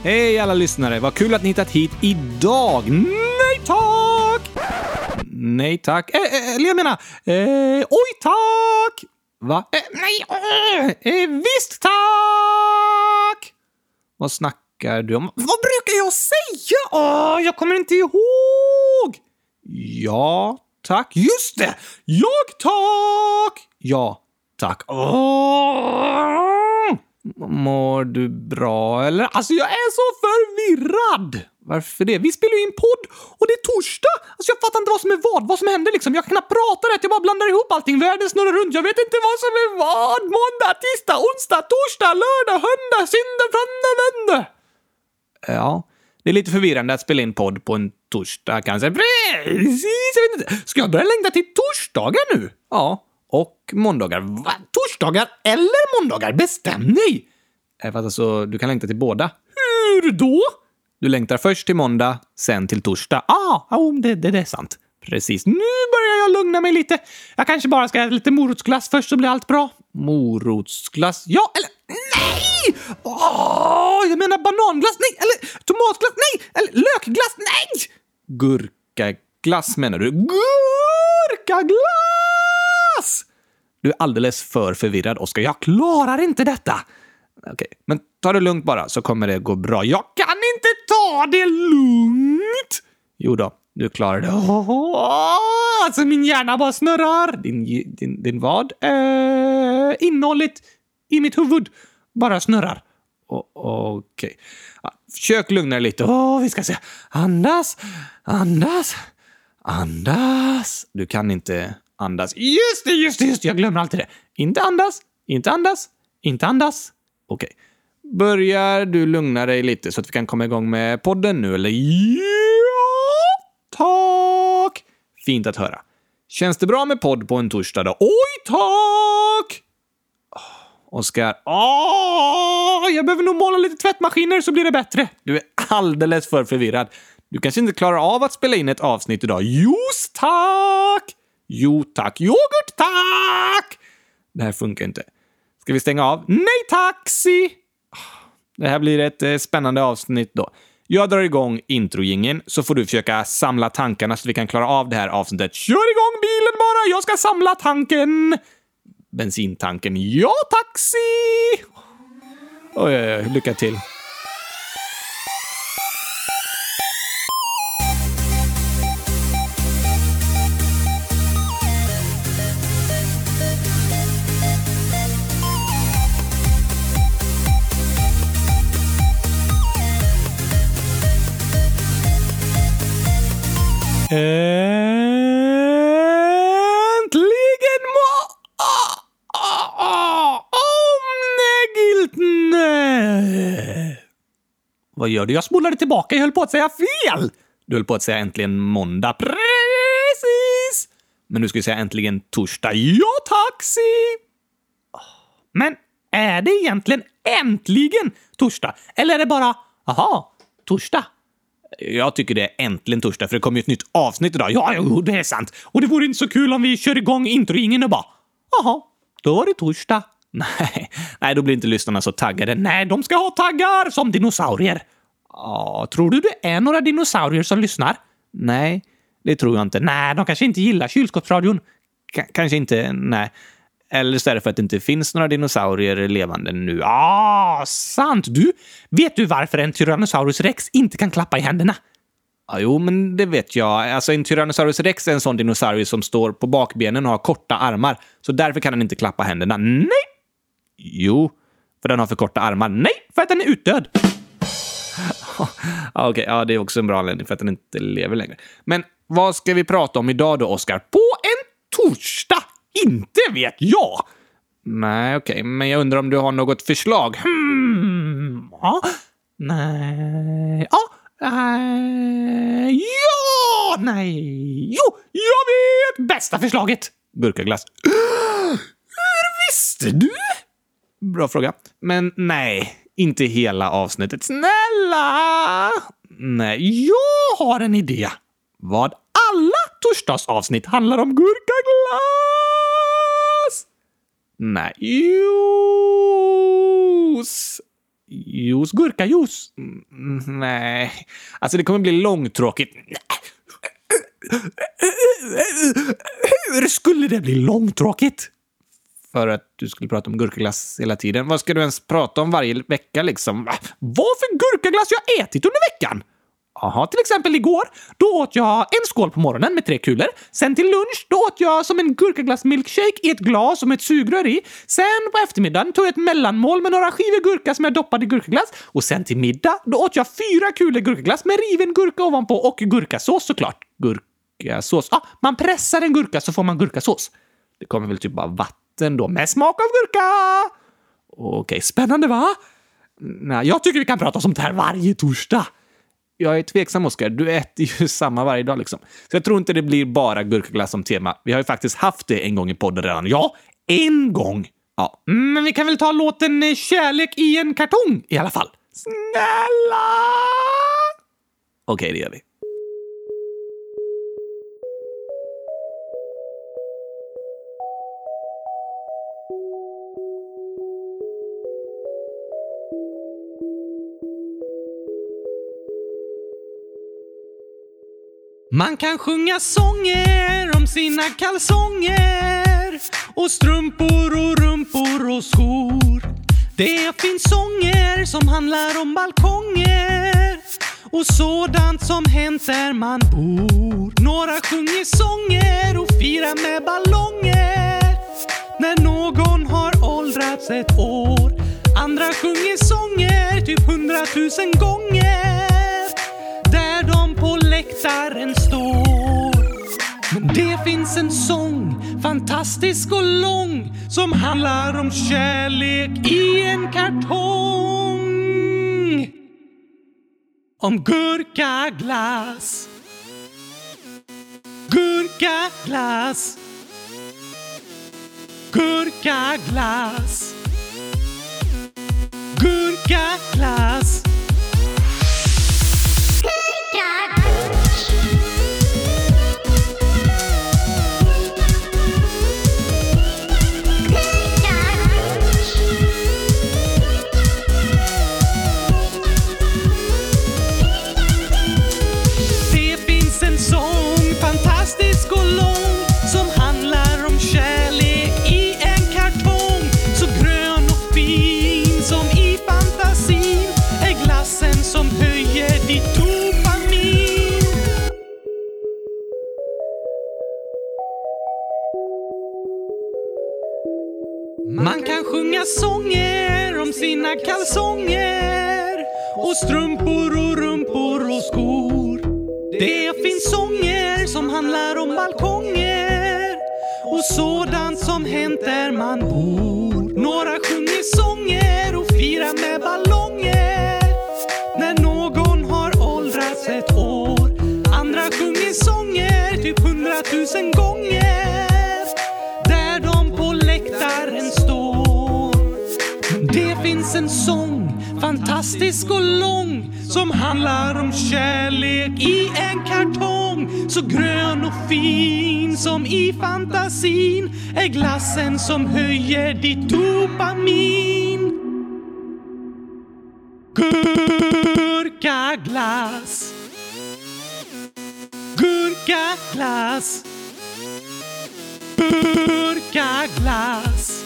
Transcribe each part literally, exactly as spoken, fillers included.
Hej alla lyssnare, vad kul att ni hittat hit idag. Nej tack! Nej tack. Eh, eller jag menar, eh, oj tack! Va? Eh, nej, eh, eh, visst tack! Vad snackar du om? Vad brukar jag säga? Åh, jag kommer inte ihåg. Ja, tack. Just det! Jag tack! Ja, tack. Åh! Mår du bra eller? Alltså jag är så förvirrad. Varför det? Vi spelar ju in podd och det är torsdag. Alltså jag fattar inte vad som är vad. Vad som händer liksom. Jag kan knappt prata rätt. Jag bara blandar ihop allting. Världen snurrar runt. Jag vet inte vad som är vad. Måndag, tisdag, onsdag, torsdag, lördag, hönda, synder, frända, vända. Ja, det är lite förvirrande att spela in podd på en torsdag kanske. Precis, jag vet inte. Ska jag börja längta till torsdagar nu? Ja. Och måndagar. Va? Torsdagar eller måndagar? Bestäm dig! Äh, fast alltså, du kan längta till båda. Hur då? Du längtar först till måndag, sen till torsdag. Ah, oh, det, det, det är sant. Precis. Nu börjar jag lugna mig lite. Jag kanske bara ska äta lite morotsglass först så blir allt bra. Morotsglass? Ja, eller nej! Åh, jag menar bananglass. Nej, eller tomatglass. Nej, eller lökglass. Nej! Gurkaglass menar du? Gurkaglass! Du är alldeles för förvirrad, Oskar. Jag klarar inte detta. Okej, okay. Men ta det lugnt bara så kommer det gå bra. Jag kan inte ta det lugnt! Jo då, du klarar det. Oh, alltså min hjärna bara snurrar. Din, din, din vad? Eh, innehållet i mitt huvud bara snurrar. Oh, Okej. Okay. Ja, försök lugna dig lite. Oh, vi ska se. Andas, andas, andas. Du kan inte andas. Just det, just det, just det. Jag glömmer alltid det. Inte andas, inte andas, inte andas. Okej. Okay. Börjar du lugna dig lite så att vi kan komma igång med podden nu, eller? Ja, tack! Fint att höra. Känns det bra med podd på en torsdag då? Oj, tack! Oh, Oskar, oh, jag behöver nog måla lite tvättmaskiner så blir det bättre. Du är alldeles för förvirrad. Du kanske inte klarar av att spela in ett avsnitt idag. Just tack! Jo, tack. Yoghurt, tack! Det här funkar inte. Ska vi stänga av? Nej, taxi! Det här blir ett eh, spännande avsnitt då. Jag drar igång introjingen så får du försöka samla tankarna så vi kan klara av det här avsnittet. Kör igång bilen bara! Jag ska samla tanken! Bensintanken. Ja, taxi! Oj, oj, oj. Lycka till. Äntligen må... Ah, ah, ah, omnägiltne! Vad gör du? Jag spolade tillbaka. Jag höll på att säga fel. Du höll på att säga äntligen måndag. Precis! Men du ska ju säga äntligen torsdag. Ja, taxi! Men är det egentligen äntligen torsdag? Eller är det bara, aha, torsdag? Jag tycker det är äntligen torsdag för det kommer ju ett nytt avsnitt idag. Ja, jo, det är sant. Och det vore inte så kul om vi kör igång introingen och bara, jaha, då var det torsdag. Nej, nej, då blir inte lyssnarna så taggade. Nej, de ska ha taggar som dinosaurier. Ja, tror du det är några dinosaurier som lyssnar? Nej, det tror jag inte. Nej, de kanske inte gillar kylskåpsradion. K- kanske inte, nej. Eller så är det för att det inte finns några dinosaurier levande nu. Ah, sant! Du, vet du varför en Tyrannosaurus rex inte kan klappa i händerna? Ja, jo, men det vet jag. Alltså en Tyrannosaurus rex är en sån dinosaurie som står på bakbenen och har korta armar. Så därför kan den inte klappa händerna. Nej! Jo, för den har för korta armar. Nej, för att den är utdöd. Okej, okay, ja, det är också en bra anledning för att den inte lever längre. Men vad ska vi prata om idag då, Oskar? På en torsdag? Inte vet jag. Nej, okej. Okay. Men jag undrar om du har något förslag. Hmm. Ja. Nej. Ja. Uh, ja. Nej. Jo, jag vet. Bästa förslaget. Gurkaglass. Hur visste du? Bra fråga. Men nej. Inte hela avsnittet. Snälla. Nej, jag har en idé. Vad alla torsdagsavsnitt handlar om gurkaglass. Nej. Juice. Juice, gurkajuice? Mm, nej, alltså det kommer bli långtråkigt. Hur skulle det bli långtråkigt? För att du skulle prata om gurkaglass hela tiden. Vad ska du ens prata om varje vecka liksom? Vad för gurkaglass jag ätit under veckan? Jaha, till exempel igår, då åt jag en skål på morgonen med tre kulor. Sen till lunch, då åt jag som en gurkaglass milkshake i ett glas och med ett sugrör i. Sen på eftermiddagen tog jag ett mellanmål med några skivor gurka som jag doppade i gurkaglass. Och sen till middag, då åt jag fyra kulor gurkaglass med riven gurka ovanpå och gurkasås såklart. Gurkasås. Ja, ah, man pressar en gurka så får man gurkasås. Det kommer väl typ bara vatten då med smak av gurka. Okej, okay, spännande va? Nej, jag tycker vi kan prata om det här varje torsdag. Jag är tveksam, Oskar. Du äter ju samma varje dag liksom. Så jag tror inte det blir bara gurkaglass som tema. Vi har ju faktiskt haft det en gång i podden redan. Ja, en gång. Ja, men vi kan väl ta låten Kärlek i en kartong i alla fall. Snälla! Okej, okay, det gör vi. Man kan sjunga sånger om sina kalsonger och strumpor och rumpor och skor. Det finns sånger som handlar om balkonger och sådant som hänt där man bor. Några sjunger sånger och firar med ballonger när någon har åldrats ett år. Andra sjunger sånger typ hundratusen gånger där de på läktaren står. Men det finns en sång, fantastisk och lång, som handlar om kärlek i en kartong. Om gurkaglass. Gurkaglass. Gurkaglass. Gurkaglass. Man kan sjunga sånger om sina kalsonger och strumpor och rumpor och skor. Det finns sånger som handlar om balkonger och sådant som hänt där man bor. Några sjunger sånger och firar med ballonger när någon har åldrats ett år. Andra sjunger sånger typ hundratusen gånger där de på läktaren står. Men det finns en sång, fantastisk och lång, som handlar om kärlek i en kartong. Så grön och fin som i fantasin är glassen som höjer ditt dopamin. Gurkaglass. Gurkaglass. Gurkaglass.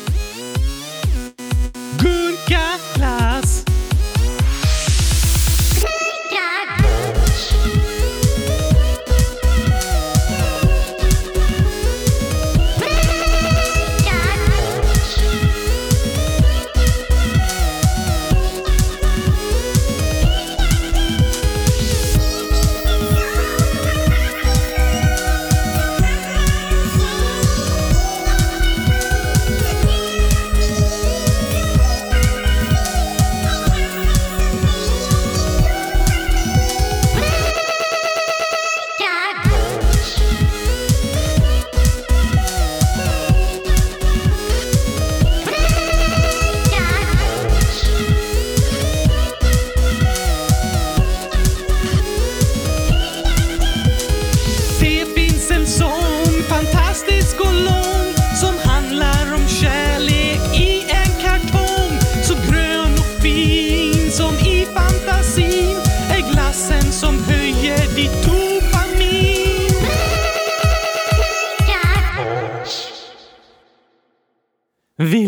Gurkaglass.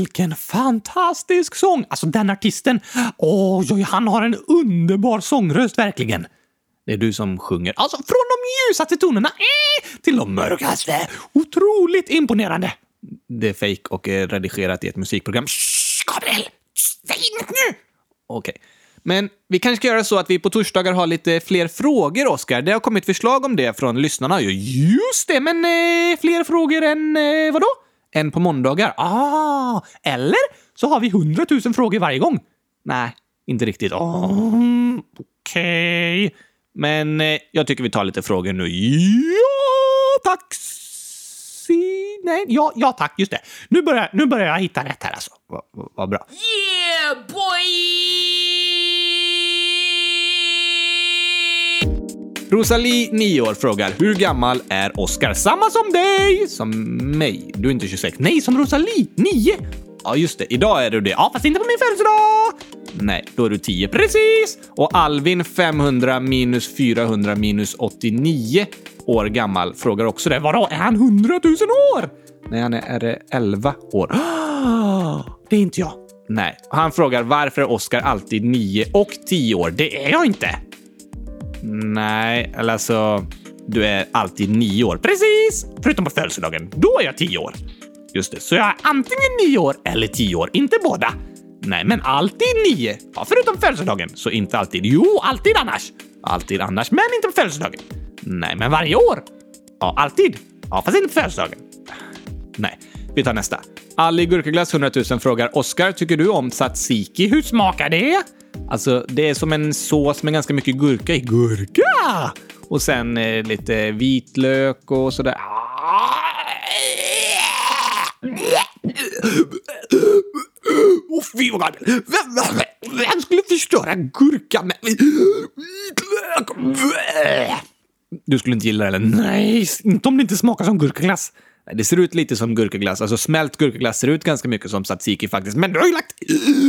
vilken fantastisk sång! Alltså den artisten, oj, oj, han har en underbar sångröst verkligen. Det är du som sjunger. Alltså från de ljusaste tonerna eh, till de mörkaste. Otroligt imponerande. Det är fake och är redigerat i ett musikprogram. Shh, Gabriel! Säg inget nu! Okej. Okay. Men vi kanske ska göra så att vi på torsdagar har lite fler frågor, Oskar. Det har kommit förslag om det från lyssnarna. Just det, men eh, fler frågor än eh, vadå? Än på måndagar. Ah, eller så har vi hundratusen frågor varje gång. Nej, inte riktigt. Oh, Okej. Okay. Men eh, jag tycker vi tar lite frågor nu. Ja, tack. Si, nej, ja, ja, tack. Just det. Nu börjar, nu börjar jag hitta rätt här alltså. Vad va, va bra. Yeah, boy! Rosalie, nio år, frågar hur gammal är Oskar? Samma som dig! Som mig. Du är inte tjugosex. Nej, som Rosalie. nio. Ja, just det. Idag är du det. Ja, fast inte på min födelsedag. Nej, då är du tio. Precis! Och Alvin, femhundra minus fyrahundra minus åttionio år gammal, frågar också det. Vadå? Är han hundratusen år? Nej, han är, är elva år. Det är inte jag. Nej. Han frågar varför är Oskar alltid nio och tio år? Det är jag inte. Nej, eller alltså, du är alltid nio år. Precis! Förutom på födelsedagen. Då är jag tio år. Just det, så jag är antingen nio år eller tio år. Inte båda. Nej, men alltid nio. Ja, förutom födelsedagen. Så inte alltid. Jo, alltid annars. Alltid annars, men inte på födelsedagen. Nej, men varje år. Ja, alltid. Ja, fast inte på födelsedagen. Nej, vi tar nästa. Ali Gurkaglass hundratusen frågar Oskar, tycker du om tzatziki? Hur smakar det? Alltså, det är som en sås med ganska mycket gurka i. Gurka! Och sen eh, lite vitlök och sådär. Åh, fy vad gammalt. Vem, vem skulle förstöra gurka med vitlök? Du skulle inte gilla det, eller? Nej, inte om det inte smakar som gurkaglass. Det ser ut lite som gurkaglass. Alltså smält gurkaglass ser ut ganska mycket som tzatziki faktiskt. Men du har ju lagt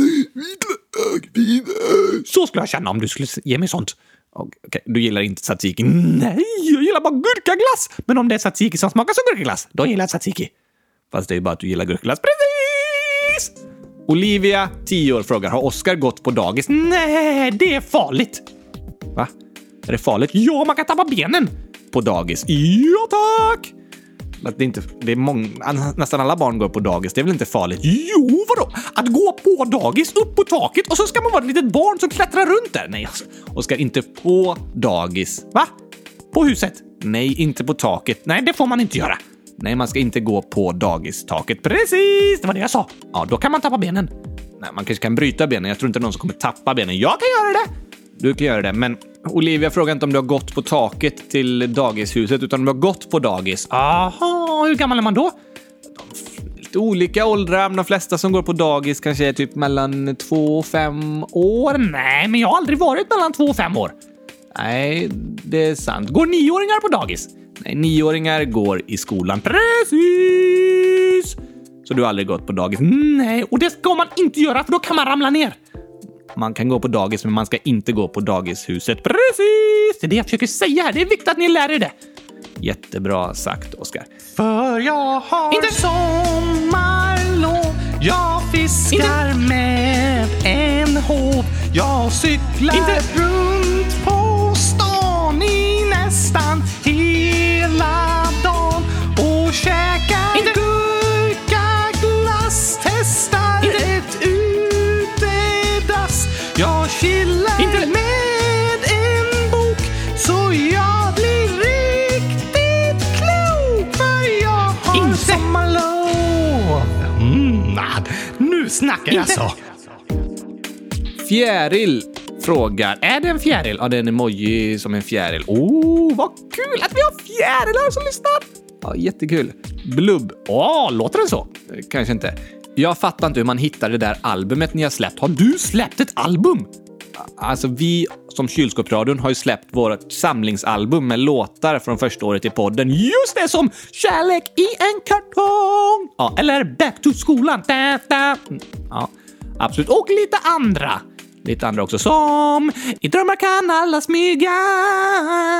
vitlök. Så skulle jag känna om du skulle ge mig sånt. Okej, du gillar inte tzatziki. Nej, jag gillar bara gurkaglass. Men om det är tzatziki som smakar som gurkaglass, då gillar jag tzatziki. Fast det är ju bara att du gillar gurkaglass. Precis! Olivia, tio år, frågar har Oskar gått på dagis? Nej, det är farligt. Va? Är det farligt? Ja, man kan tappa benen på dagis. Ja, tack! Det är, inte, det är många, nästan alla barn går på dagis. Det är väl inte farligt? Jo, vadå? Att gå på dagis, upp på taket och så ska man vara ett litet barn som klättrar runt där. Nej, alltså. Oskar, inte på dagis. Va? På huset? Nej, inte på taket. Nej, det får man inte göra. Nej, man ska inte gå på dagistaket. Precis, det var det jag sa. Ja, då kan man tappa benen. Nej, man kanske kan bryta benen. Jag tror inte någon som kommer tappa benen. Jag kan göra det. Du kan göra det, men Olivia frågar inte om du har gått på taket till dagishuset, utan om du har gått på dagis. Aha, hur gammal är man då? Lite olika åldrar, men de flesta som går på dagis kanske är typ mellan två och fem år. Nej, men jag har aldrig varit mellan två och fem år. Nej, det är sant. Går nioåringar på dagis? Nej, nioåringar går i skolan. Precis! Så du har aldrig gått på dagis? Nej, och det ska man inte göra, för då kan man ramla ner. Man kan gå på dagis, men man ska inte gå på dagishuset. Precis! Det är det jag försöker säga här. Det är viktigt att ni lär er det. Jättebra sagt, Oskar. För jag har inte sommarlov. Jag fiskar inte med en håv. Jag cyklar inte runt på stan i nästan hela dagen. Och käkar inte gurkaglass. Testar inte ett utedass. Jag chillar inte med en bok, så jag blir riktigt klok. För jag har inte sommarlov. Mm, nu snackar jag så. Fjäril frågar, är det en fjäril? Ja, det är en emoji som en fjäril. Oh, vad kul att vi har fjärilar som lyssnar. Ja, jättekul. Blubb. Åh, låter det så? Kanske inte. Jag fattar inte hur man hittar det där albumet ni har släppt. Har du släppt ett album? Alltså, vi som Kylskåpsradion har ju släppt vårt samlingsalbum med låtar från första året i podden. Just det, som Kärlek i en kartong. Ja, eller Back to skolan. Da, da. Ja, absolut. Och lite andra. Lite andra också, som I drömmar kan alla smyga.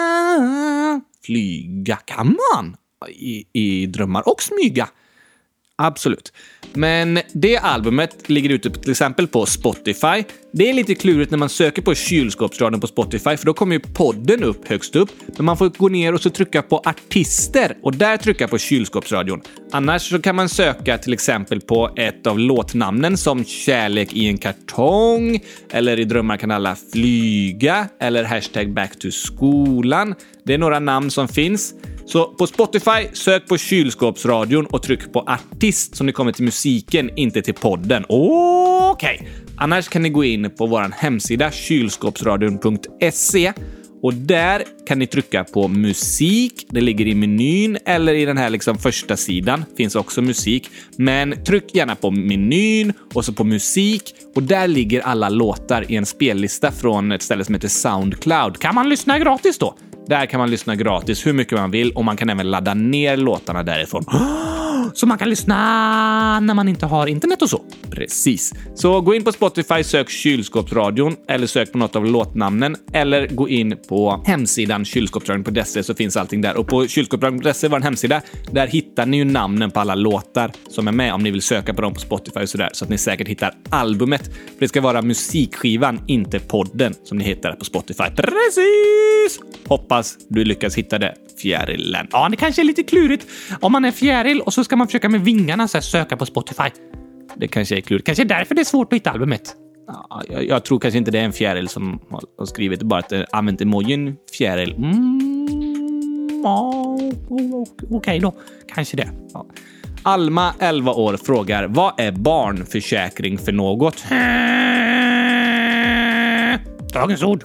Flyga kan man. I, i drömmar och smyga. Absolut. Men det albumet ligger ute till exempel på Spotify. Det är lite klurigt när man söker på Kylskåpsradion på Spotify, för då kommer ju podden upp högst upp. Men man får gå ner och så trycka på artister och där trycka på Kylskåpsradion. Annars så kan man söka till exempel på ett av låtnamnen som Kärlek i en kartong, eller I drömmar kan alla flyga, eller hashtag back to skolan. Det är några namn som finns. Så på Spotify, sök på Kylskåpsradion och tryck på artist som ni kommer till musiken, inte till podden. Okej. Okay. Annars kan ni gå in på vår hemsida kylskåpsradion punkt se och där kan ni trycka på musik. Det ligger i menyn eller i den här liksom första sidan finns också musik. Men tryck gärna på menyn och så på musik och där ligger alla låtar i en spellista från ett ställe som heter SoundCloud. Kan man lyssna gratis då? Där kan man lyssna gratis hur mycket man vill och man kan även ladda ner låtarna därifrån. Så man kan lyssna när man inte har internet och så. Precis. Så gå in på Spotify, sök Kylskåpsradion eller sök på något av låtnamnen eller gå in på hemsidan kylskåpsradion punkt se så finns allting där. Och på kylskåpsradion punkt se var en hemsida. Där hittar ni ju namnen på alla låtar som är med om ni vill söka på dem på Spotify och sådär. Så att ni säkert hittar albumet. För det ska vara musikskivan, inte podden som ni hittar på Spotify. Precis! Hoppas du lyckas hitta det, fjärilen. Ja, det kanske är lite klurigt om man är fjäril och så ska man försöka med vingarna så här, söka på Spotify. Det kanske är klurigt. Kanske är därför det är svårt att hitta albumet. Ja, jag, jag tror kanske inte det är en fjäril som har skrivit, bara att det använt emojin fjäril. Mm, ja, okej okay då. Kanske det. Ja. Alma, elva år, frågar vad är barnförsäkring för något? Dagens ord.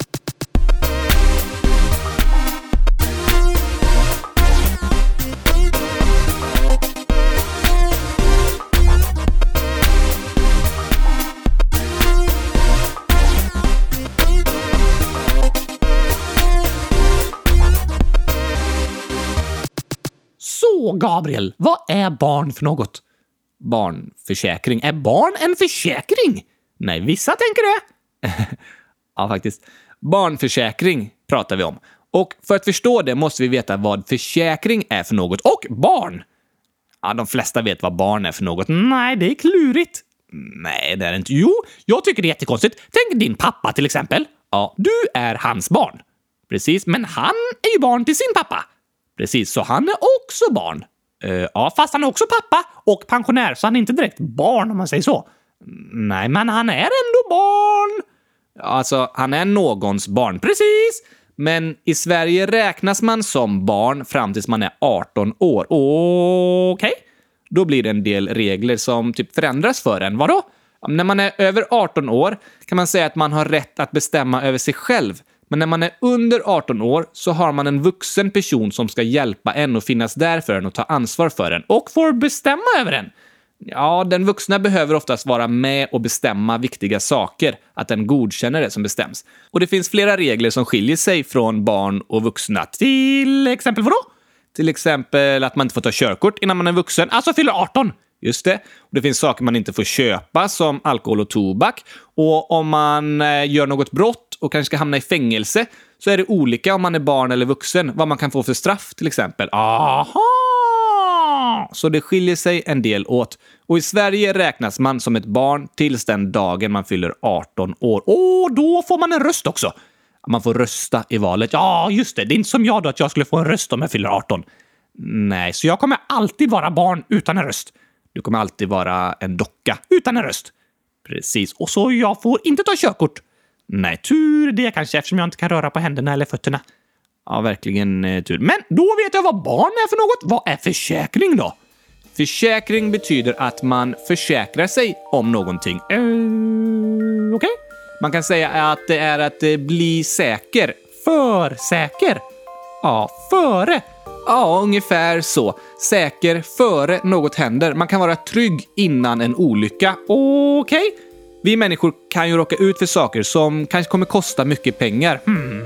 Så, Gabriel, vad är barn för något? Barnförsäkring. Är barn en försäkring? Nej, vissa tänker det. Ja, faktiskt. Barnförsäkring pratar vi om. Och för att förstå det måste vi veta vad försäkring är för något. Och barn. Ja, de flesta vet vad barn är för något. Nej, det är klurigt. Nej, det är det inte. Jo, jag tycker det är jättekonstigt. Tänk din pappa till exempel. Ja, du är hans barn. Precis, men han är ju barn till sin pappa. Precis, så han är också barn. Uh, ja, fast han är också pappa och pensionär, så han är inte direkt barn om man säger så. Nej, men han är ändå barn. Alltså, han är någons barn, precis. Men i Sverige räknas man som barn fram tills man är arton år. Okej. Okay. Då blir det en del regler som typ förändras för en. Vadå? När man är över arton år kan man säga att man har rätt att bestämma över sig själv. Men när man är under arton år så har man en vuxen person som ska hjälpa en och finnas där för en och ta ansvar för en. Och får bestämma över en. Ja, den vuxna behöver oftast vara med och bestämma viktiga saker. Att den godkänner det som bestäms. Och det finns flera regler som skiljer sig från barn och vuxna. Till exempel vadå? Till exempel att man inte får ta körkort innan man är vuxen. Alltså fyller arton. Just det. Och det finns saker man inte får köpa som alkohol och tobak. Och om man eh, gör något brott och kanske ska hamna i fängelse så är det olika om man är barn eller vuxen. Vad man kan få för straff till exempel. Aha! Så det skiljer sig en del åt. Och i Sverige räknas man som ett barn tills den dagen man fyller arton år. Och då får man en röst också. Man får rösta i valet. Ja, just det. Det är inte som jag då att jag skulle få en röst om jag fyller arton. Nej, så jag kommer alltid vara barn utan en röst. Du kommer alltid vara en docka utan en röst. Precis. Och så jag får inte ta körkort. Nej, tur det kanske eftersom jag inte kan röra på händerna eller fötterna. Ja, verkligen eh, tur. Men då vet jag vad barn är för något. Vad är försäkring då? Försäkring betyder att man försäkrar sig om någonting. Uh, Okej. Okay. Man kan säga att det är att eh, bli säker. För säker. Ja, före. Ja, ungefär så. Säker före något händer. Man kan vara trygg innan en olycka. Okej. Okay. Vi människor kan ju råka ut för saker som kanske kommer kosta mycket pengar.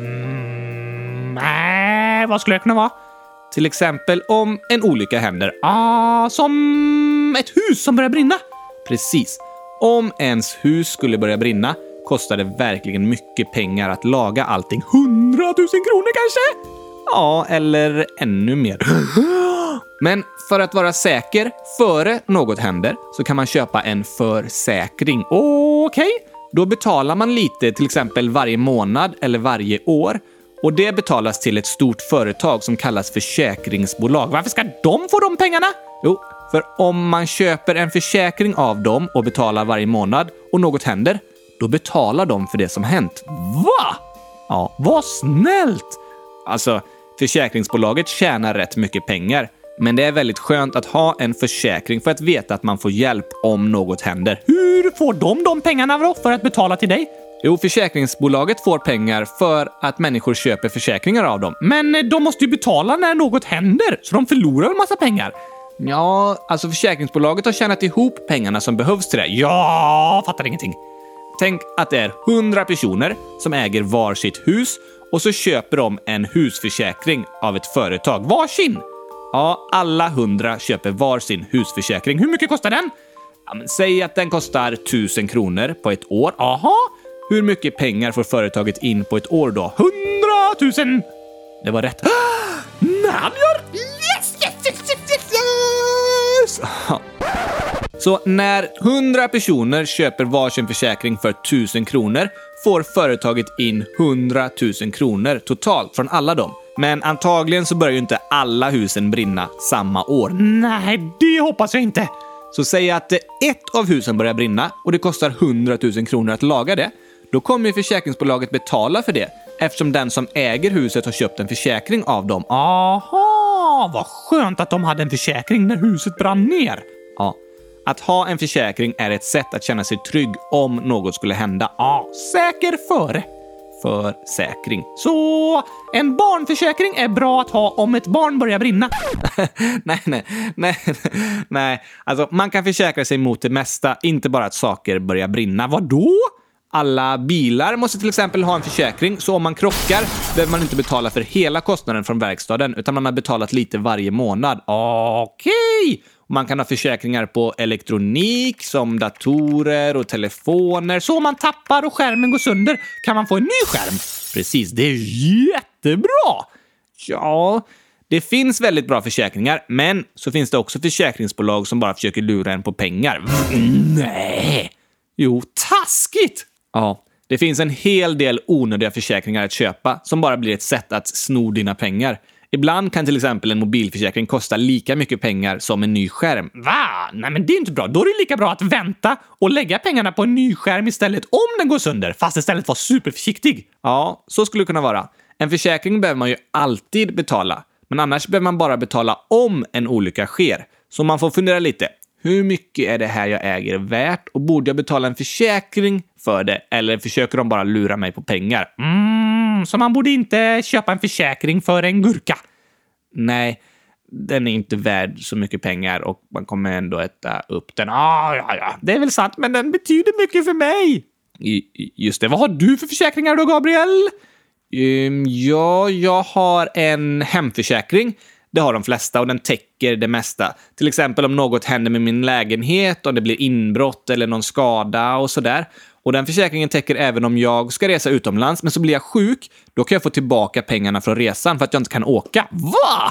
Hmm. Nej, vad skulle det kunna vara? Till exempel om en olycka händer. Ah, som ett hus som börjar brinna. Precis. Om ens hus skulle börja brinna kostar det verkligen mycket pengar att laga allting. Hundratusen kronor kanske? Ja, eller ännu mer. Men för att vara säker före något händer så kan man köpa en försäkring. Okej, okay. Då betalar man lite till exempel varje månad eller varje år. Och det betalas till ett stort företag som kallas försäkringsbolag. Varför ska de få de pengarna? Jo, för om man köper en försäkring av dem och betalar varje månad och något händer, då betalar de för det som hänt. Va? Ja, vad snällt! Alltså, försäkringsbolaget tjänar rätt mycket pengar. Men det är väldigt skönt att ha en försäkring för att veta att man får hjälp om något händer. Hur får de de pengarna då för att betala till dig? Jo, försäkringsbolaget får pengar för att människor köper försäkringar av dem. Men de måste ju betala när något händer, så de förlorar en massa pengar. Ja, alltså försäkringsbolaget har tjänat ihop pengarna som behövs till det. Ja, fattar ingenting. Tänk att det är hundra personer som äger var sitt hus och så köper de en husförsäkring av ett företag. Varsin! Ja, alla hundra köper var sin husförsäkring. Hur mycket kostar den? Ja, men säg att den kostar tusen kronor på ett år. Aha! Hur mycket pengar får företaget in på ett år då? Hundratusen! Det var rätt. Namjar! Yes, yes, yes, yes, yes, yes! Så när hundra personer köper varsin försäkring för tusen kronor får företaget in hundratusen kronor totalt från alla dem. Men antagligen så börjar ju inte alla husen brinna samma år. Nej, det hoppas jag inte. Så säg att ett av husen börjar brinna och det kostar hundratusen kronor att laga det. Då kommer ju försäkringsbolaget betala för det eftersom den som äger huset har köpt en försäkring av dem. Aha, vad skönt att de hade en försäkring när huset brann ner. Ja, att ha en försäkring är ett sätt att känna sig trygg om något skulle hända. Ja, säker före. Försäkring. Så en barnförsäkring är bra att ha om ett barn börjar brinna. nej, nej, nej, nej. Alltså, man kan försäkra sig mot det mesta, inte bara att saker börjar brinna. Vadå? Alla bilar måste till exempel ha en försäkring, så om man krockar behöver man inte betala för hela kostnaden från verkstaden, utan man har betalat lite varje månad. Okej! Okay. Man kan ha försäkringar på elektronik som datorer och telefoner. Så om man tappar och skärmen går sönder kan man få en ny skärm. Precis, det är jättebra! Ja, det finns väldigt bra försäkringar, men så finns det också försäkringsbolag som bara försöker lura en på pengar. Nej! Jo, taskigt! Ja, det finns en hel del onödiga försäkringar att köpa som bara blir ett sätt att sno dina pengar. Ibland kan till exempel en mobilförsäkring kosta lika mycket pengar som en ny skärm. Va? Nej, men det är inte bra. Då är det lika bra att vänta och lägga pengarna på en ny skärm istället om den går sönder, fast istället vara superförsiktig. Ja, så skulle det kunna vara. En försäkring behöver man ju alltid betala, men annars behöver man bara betala om en olycka sker. Så man får fundera lite. Hur mycket är det här jag äger värt och borde jag betala en försäkring för det, eller försöker de bara lura mig på pengar? Mm, så man borde inte köpa en försäkring för en gurka. Nej, den är inte värd så mycket pengar och man kommer ändå äta upp den. Ah, ja, ja, det är väl sant, men den betyder mycket för mig. Just det, vad har du för försäkringar då, Gabriel? Um, ja, jag har en hemförsäkring. Det har de flesta och den täcker det mesta. Till exempel om något händer med min lägenhet, om det blir inbrott eller någon skada och sådär. Och den försäkringen täcker även om jag ska resa utomlands, men så blir jag sjuk, då kan jag få tillbaka pengarna från resan för att jag inte kan åka. Va?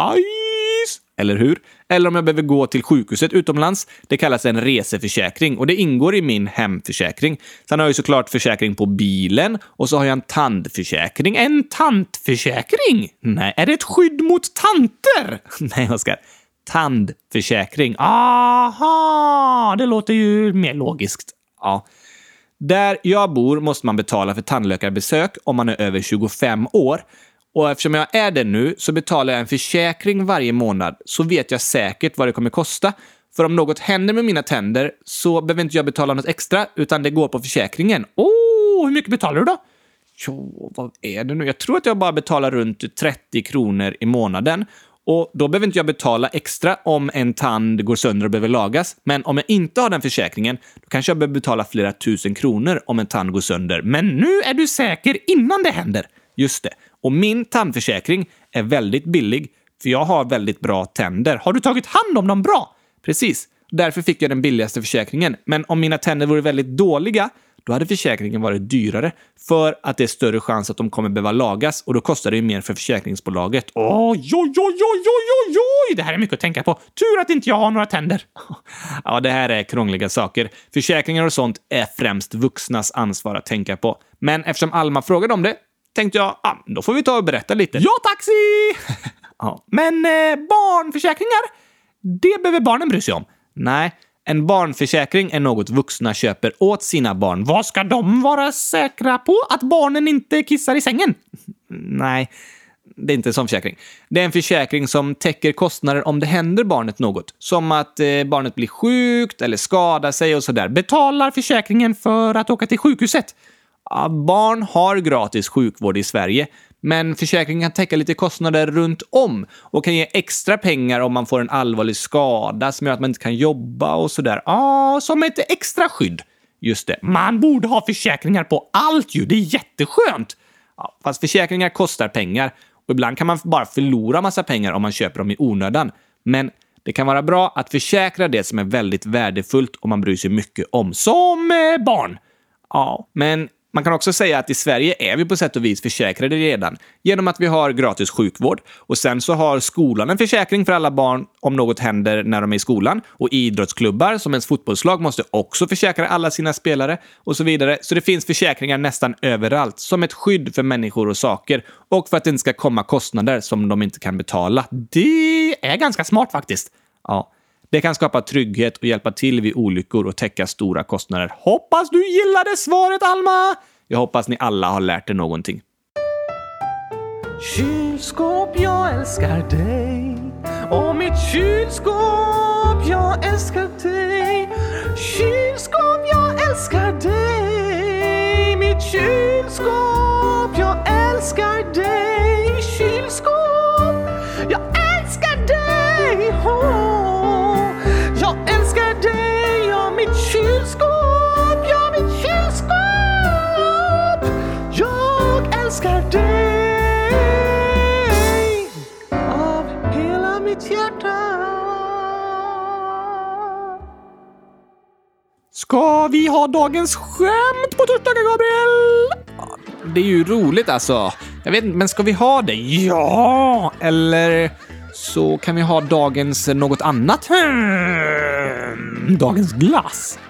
Nice! Eller hur? Eller om jag behöver gå till sjukhuset utomlands, det kallas en reseförsäkring och det ingår i min hemförsäkring. Sen har jag ju såklart försäkring på bilen och så har jag en tandförsäkring. En tandförsäkring? Nej, är det ett skydd mot tanter? Nej, Oskar. Tandförsäkring. Aha, det låter ju mer logiskt. Ja. Där jag bor måste man betala för tandläkarbesök om man är över tjugofem år. Och eftersom jag är det nu så betalar jag en försäkring varje månad, så vet jag säkert vad det kommer kosta. För om något händer med mina tänder så behöver inte jag betala något extra, utan det går på försäkringen. Åh, oh, hur mycket betalar du då? Jo, vad är det nu? Jag tror att jag bara betalar runt trettio kronor i månaden. Och då behöver inte jag betala extra om en tand går sönder och behöver lagas. Men om jag inte har den försäkringen, då kanske jag behöver betala flera tusen kronor om en tand går sönder. Men nu är du säker innan det händer. Just det. Och min tandförsäkring är väldigt billig, för jag har väldigt bra tänder. Har du tagit hand om dem bra? Precis. Därför fick jag den billigaste försäkringen. Men om mina tänder vore väldigt dåliga, då hade försäkringen varit dyrare för att det är större chans att de kommer behöva lagas och då kostar det ju mer för försäkringsbolaget. Oj, oj, oj, oj, oj, oj, oj! Det här är mycket att tänka på. Tur att inte jag har några tänder. Ja, det här är krångliga saker. Försäkringar och sånt är främst vuxnas ansvar att tänka på. Men eftersom Alma frågade om det tänkte jag, ah, då får vi ta och berätta lite. Ja, taxi! Ja. Men eh, barnförsäkringar, det behöver barnen bry sig om. Nej, en barnförsäkring är något vuxna köper åt sina barn. Vad ska de vara säkra på? Att barnen inte kissar i sängen? Nej, det är inte en sån försäkring. Det är en försäkring som täcker kostnader om det händer barnet något. Som att eh, barnet blir sjukt eller skadar sig och sådär. Betalar försäkringen för att åka till sjukhuset? Ja, barn har gratis sjukvård i Sverige. Men försäkringen kan täcka lite kostnader runt om och kan ge extra pengar om man får en allvarlig skada som gör att man inte kan jobba och sådär. Ja, som ett extra skydd. Just det. Man borde ha försäkringar på allt ju. Det är jätteskönt. Ja, fast försäkringar kostar pengar och ibland kan man bara förlora massa pengar om man köper dem i onödan. Men det kan vara bra att försäkra det som är väldigt värdefullt om man bryr sig mycket om. Som eh, barn. Ja, men man kan också säga att i Sverige är vi på sätt och vis försäkrade redan genom att vi har gratis sjukvård och sen så har skolan en försäkring för alla barn om något händer när de är i skolan och idrottsklubbar som ens fotbollslag måste också försäkra alla sina spelare och så vidare. Så det finns försäkringar nästan överallt som ett skydd för människor och saker och för att det inte ska komma kostnader som de inte kan betala. Det är ganska smart faktiskt. Ja. Det kan skapa trygghet och hjälpa till vid olyckor och täcka stora kostnader. Hoppas du gillade svaret, Alma! Jag hoppas ni alla har lärt er någonting. Kylskåp, jag älskar dig. Och mitt kylskåp, jag älskar dig. Kylskåp, jag älskar dig. Mitt kylskåp, jag älskar dig. Kylskåp, jag älskar dig. Oh. Jag älskar dig, ja mitt kylskåp, ja mitt kylskåp. Jag älskar dig av hela mitt hjärta. Ska vi ha dagens skämt på torsdagen, Gabriel? Det är ju roligt alltså. Jag vet inte, men ska vi ha det? Ja, eller så kan vi ha dagens något annat. Hmm, dagens glass.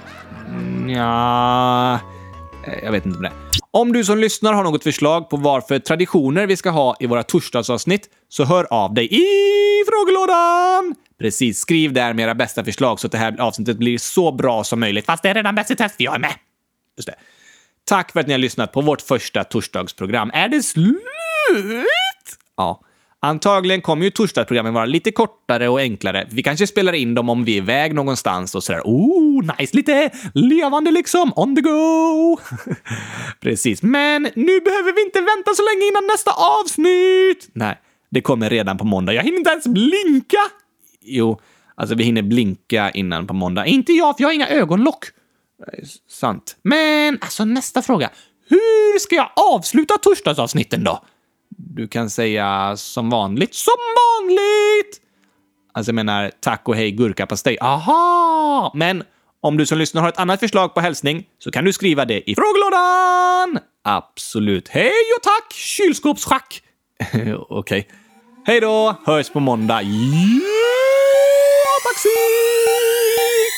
Ja, jag vet inte med det. Om du som lyssnar har något förslag på varför traditioner vi ska ha i våra torsdagsavsnitt så hör av dig i frågelådan. Precis, skriv där med era bästa förslag så att det här avsnittet blir så bra som möjligt. Fast det är redan bäst i test, för jag är med. Just det. Tack för att ni har lyssnat på vårt första torsdagsprogram. Är det slut? Ja. Antagligen kommer ju torsdagsprogrammen vara lite kortare och enklare. Vi kanske spelar in dem om vi är iväg någonstans och sådär. Oh, nice! Lite levande liksom. On the go! Precis. Men nu behöver vi inte vänta så länge innan nästa avsnitt. Nej, det kommer redan på måndag. Jag hinner inte ens blinka. Jo, alltså vi hinner blinka innan på måndag. Inte jag, för jag har inga ögonlock. Sant. Men alltså nästa fråga. Hur ska jag avsluta torsdagsavsnitten då? Du kan säga som vanligt. Som vanligt! Alltså jag menar tack och hej gurkapastej. Aha! Men om du som lyssnar har ett annat förslag på hälsning så kan du skriva det i frågelådan. Absolut. Hej och tack, kylskåpsschack. Okej. Okay. Hej då, hörs på måndag. Ja, taxi!